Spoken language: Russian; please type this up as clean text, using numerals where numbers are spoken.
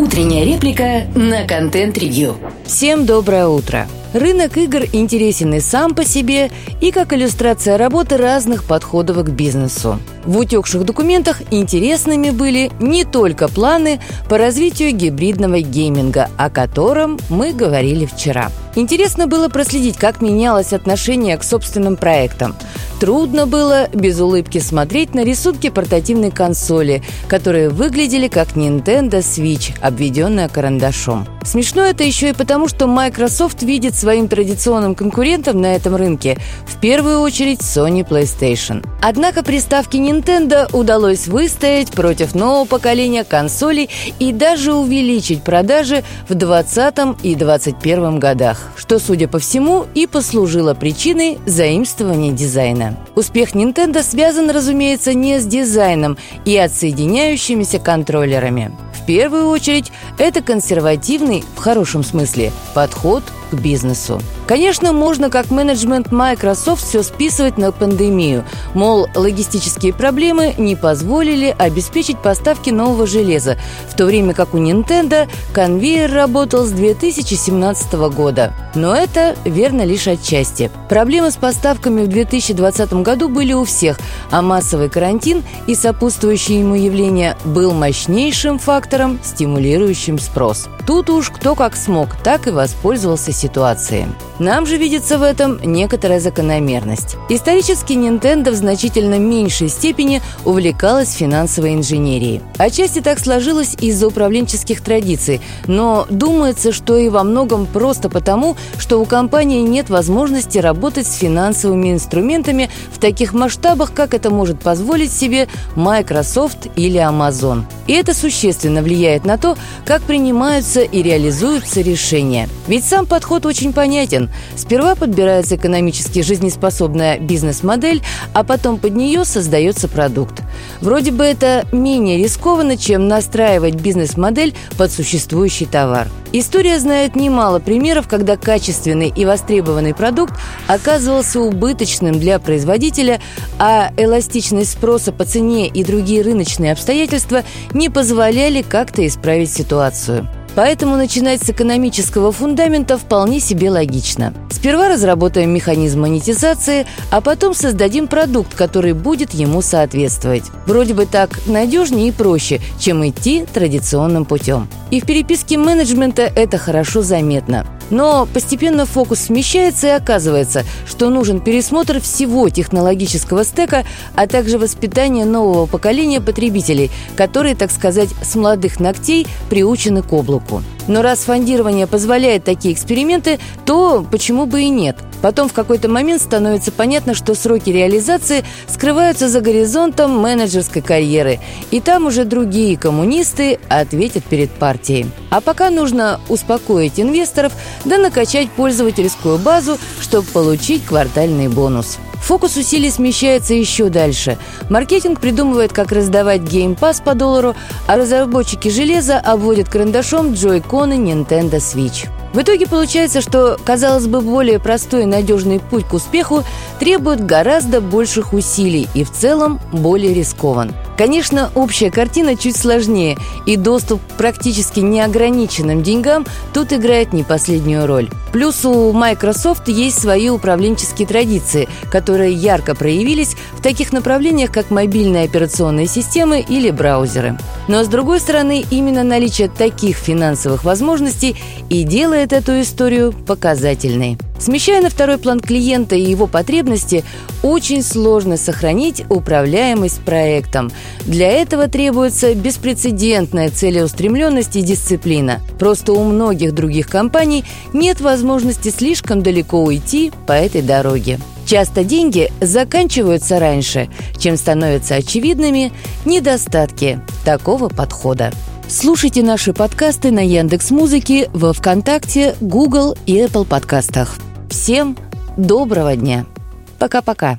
Утренняя реплика на контент-ревью. Всем доброе утро! Рынок игр интересен и сам по себе, и как иллюстрация работы разных подходов к бизнесу. В утекших документах интересными были не только планы по развитию гибридного гейминга, о котором мы говорили вчера. Интересно было проследить, как менялось отношение к собственным проектам. Трудно было без улыбки смотреть на рисунки портативной консоли, которые выглядели как Nintendo Switch, обведенная карандашом. Смешно это еще и потому, что Microsoft видит своим традиционным конкурентом на этом рынке в первую очередь Sony PlayStation. Однако приставке Nintendo удалось выстоять против нового поколения консолей и даже увеличить продажи в 2020 и 2021 годах, что, судя по всему, и послужило причиной заимствования дизайна. Успех Nintendo связан, разумеется, не с дизайном и отсоединяющимися контроллерами. В первую очередь, это консервативный, в хорошем смысле, подход к бизнесу. Конечно, можно, как менеджмент Microsoft, все списывать на пандемию. Мол, логистические проблемы не позволили обеспечить поставки нового железа, в то время как у Nintendo конвейер работал с 2017 года. Но это верно лишь отчасти. Проблемы с поставками в 2020 году были у всех, а массовый карантин и сопутствующие ему явления был мощнейшим фактором, стимулирующим спрос. Тут уж кто как смог, так и воспользовался ситуацией. Нам же видится в этом некоторая закономерность. Исторически Nintendo в значительно меньшей степени увлекалась финансовой инженерией. Отчасти так сложилось из-за управленческих традиций, но думается, что и во многом просто потому, что у компании нет возможности работать с финансовыми инструментами в таких масштабах, как это может позволить себе Microsoft или Amazon. И это существенно влияет на то, как принимаются и реализуются решения. Ведь сам подход очень понятен. Сперва подбирается экономически жизнеспособная бизнес-модель, а потом под нее создается продукт. Вроде бы это менее рискованно, чем настраивать бизнес-модель под существующий товар. История знает немало примеров, когда качественный и востребованный продукт оказывался убыточным для производителя, а эластичность спроса по цене и другие рыночные обстоятельства не позволяли как-то исправить ситуацию. Поэтому начинать с экономического фундамента вполне себе логично. Сперва разработаем механизм монетизации, а потом создадим продукт, который будет ему соответствовать. Вроде бы так надежнее и проще, чем идти традиционным путем. И в переписке менеджмента это хорошо заметно. Но постепенно фокус смещается, и оказывается, что нужен пересмотр всего технологического стека, а также воспитание нового поколения потребителей, которые, так сказать, с молодых ногтей приучены к облаку. Но раз фондирование позволяет такие эксперименты, то почему бы и нет? Потом в какой-то момент становится понятно, что сроки реализации скрываются за горизонтом менеджерской карьеры, и там уже другие коммунисты ответят перед партией. А пока нужно успокоить инвесторов, да накачать пользовательскую базу, чтобы получить квартальный бонус. Фокус усилий смещается еще дальше. Маркетинг придумывает, как раздавать Game Pass по $1, а разработчики железа обводят карандашом джойконы Nintendo Switch. В итоге получается, что, казалось бы, более простой и надежный путь к успеху требует гораздо больших усилий и в целом более рискован. Конечно, общая картина чуть сложнее, и доступ к практически неограниченным деньгам тут играет не последнюю роль. Плюс у Microsoft есть свои управленческие традиции, которые ярко проявились в таких направлениях, как мобильные операционные системы или браузеры. Но, с другой стороны, именно наличие таких финансовых возможностей и делает эту историю показательной. Смещая на второй план клиента и его потребности, очень сложно сохранить управляемость проектом. Для этого требуется беспрецедентная целеустремленность и дисциплина. Просто у многих других компаний нет возможности слишком далеко уйти по этой дороге. Часто деньги заканчиваются раньше, чем становятся очевидными недостатки такого подхода. Слушайте наши подкасты на Яндекс.Музыке, во ВКонтакте, Google и Apple подкастах. Всем доброго дня! Пока-пока!